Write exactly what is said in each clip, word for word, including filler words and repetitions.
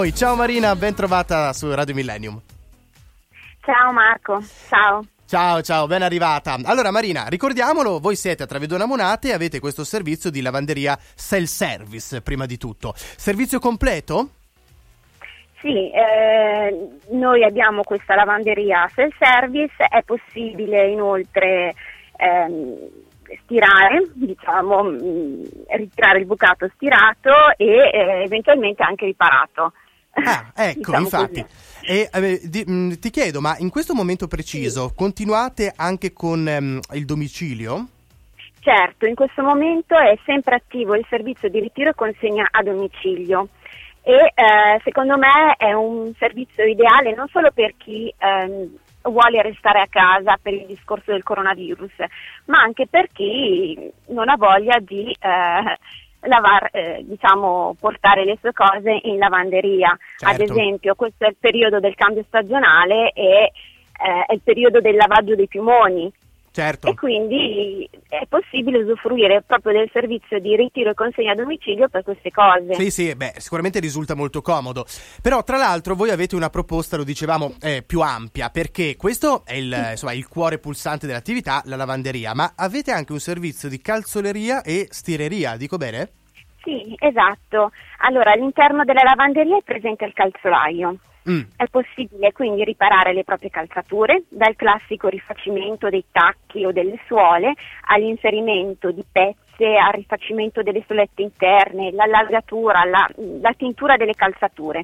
Ciao Marina, ben trovata su Radio Millennium. Ciao Marco, ciao. Ciao, ciao, ben arrivata. Allora Marina, ricordiamolo, voi siete a Travedona Monate e avete questo servizio di lavanderia self-service, prima di tutto. Servizio completo? Sì, eh, noi abbiamo questa lavanderia self-service, è possibile inoltre ehm, stirare, diciamo, mh, ritirare il bucato stirato e eh, eventualmente anche riparato. Ah, ecco, diciamo infatti. Così. E eh, di, mh, ti chiedo, ma in questo momento preciso sì. continuate anche con ehm, il domicilio? Certo, in questo momento è sempre attivo il servizio di ritiro e consegna a domicilio e eh, secondo me è un servizio ideale non solo per chi ehm, vuole restare a casa per il discorso del coronavirus, ma anche per chi non ha voglia di eh, lavar, eh, diciamo, portare le sue cose in lavanderia. Certo. Ad esempio, questo è il periodo del cambio stagionale e eh, è il periodo del lavaggio dei piumoni. Certo. E quindi è possibile usufruire proprio del servizio di ritiro e consegna a domicilio per queste cose. Sì, sì, beh, sicuramente risulta molto comodo. Però tra l'altro voi avete una proposta, lo dicevamo, eh, più ampia, perché questo è il, sì. insomma, il cuore pulsante dell'attività, la lavanderia, ma avete anche un servizio di calzoleria e stireria, dico bene? Sì, esatto. Allora, all'interno della lavanderia è presente il calzolaio. Mm. È possibile quindi riparare le proprie calzature, dal classico rifacimento dei tacchi o delle suole all'inserimento di pezze, al rifacimento delle solette interne, l'allargatura, la, la tintura delle calzature.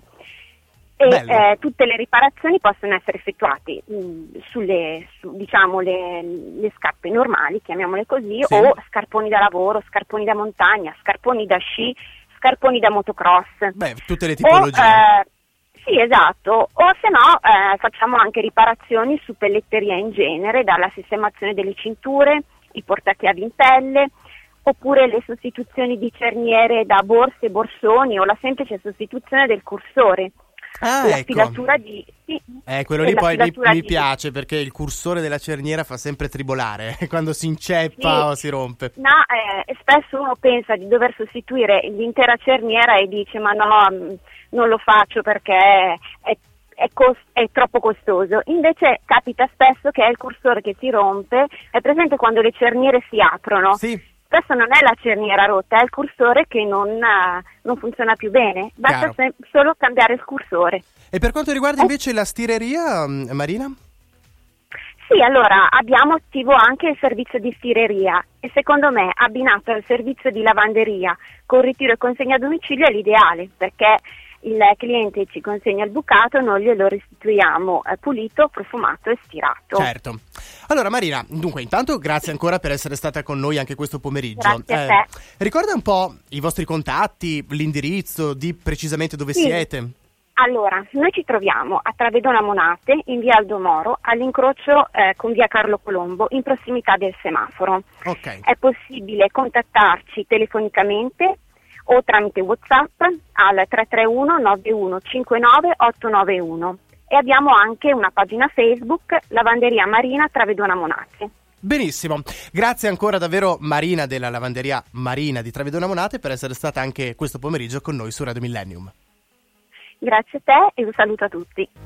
E eh, tutte le riparazioni possono essere effettuate mh, sulle su, diciamo le, le scarpe normali, chiamiamole così, sì. o scarponi da lavoro, scarponi da montagna, scarponi da sci, scarponi da motocross. Beh, tutte le tipologie. O, eh, Sì, esatto, o se no eh, facciamo anche riparazioni su pelletteria in genere, dalla sistemazione delle cinture, i portachiavi in pelle, oppure le sostituzioni di cerniere da borse, borsoni o la semplice sostituzione del cursore. Ah, la ecco. filatura di... Sì, eh, quello lì poi mi, mi di... piace perché il cursore della cerniera fa sempre tribolare quando si inceppa sì. o si rompe. No, eh, spesso uno pensa di dover sostituire l'intera cerniera e dice ma no, non lo faccio perché è, è, cost- è troppo costoso. Invece capita spesso che è il cursore che si rompe, è presente quando le cerniere si aprono? Sì. Spesso non è la cerniera rotta, è il cursore che non, uh, non funziona più bene, basta se- solo cambiare il cursore. E per quanto riguarda invece eh. la stireria, Marina? Sì, allora abbiamo attivo anche il servizio di stireria e secondo me abbinato al servizio di lavanderia con ritiro e consegna a domicilio è l'ideale, perché il cliente ci consegna il bucato, noi glielo restituiamo eh, pulito, profumato e stirato. Certo. Allora Marina, dunque intanto grazie ancora per essere stata con noi anche questo pomeriggio. Grazie a eh, te. Ricorda un po' i vostri contatti, l'indirizzo, di precisamente dove sì. siete? Allora, noi ci troviamo a Travedona Monate, in via Aldo Moro, all'incrocio eh, con via Carlo Colombo, in prossimità del semaforo. Okay. È possibile contattarci telefonicamente o tramite WhatsApp al tre tre uno nove uno cinque nove otto nove uno e abbiamo anche una pagina Facebook, Lavanderia Marina Travedona Monate. Benissimo, grazie ancora davvero Marina della Lavanderia Marina di Travedona Monate per essere stata anche questo pomeriggio con noi su Radio Millennium. Grazie a te e un saluto a tutti.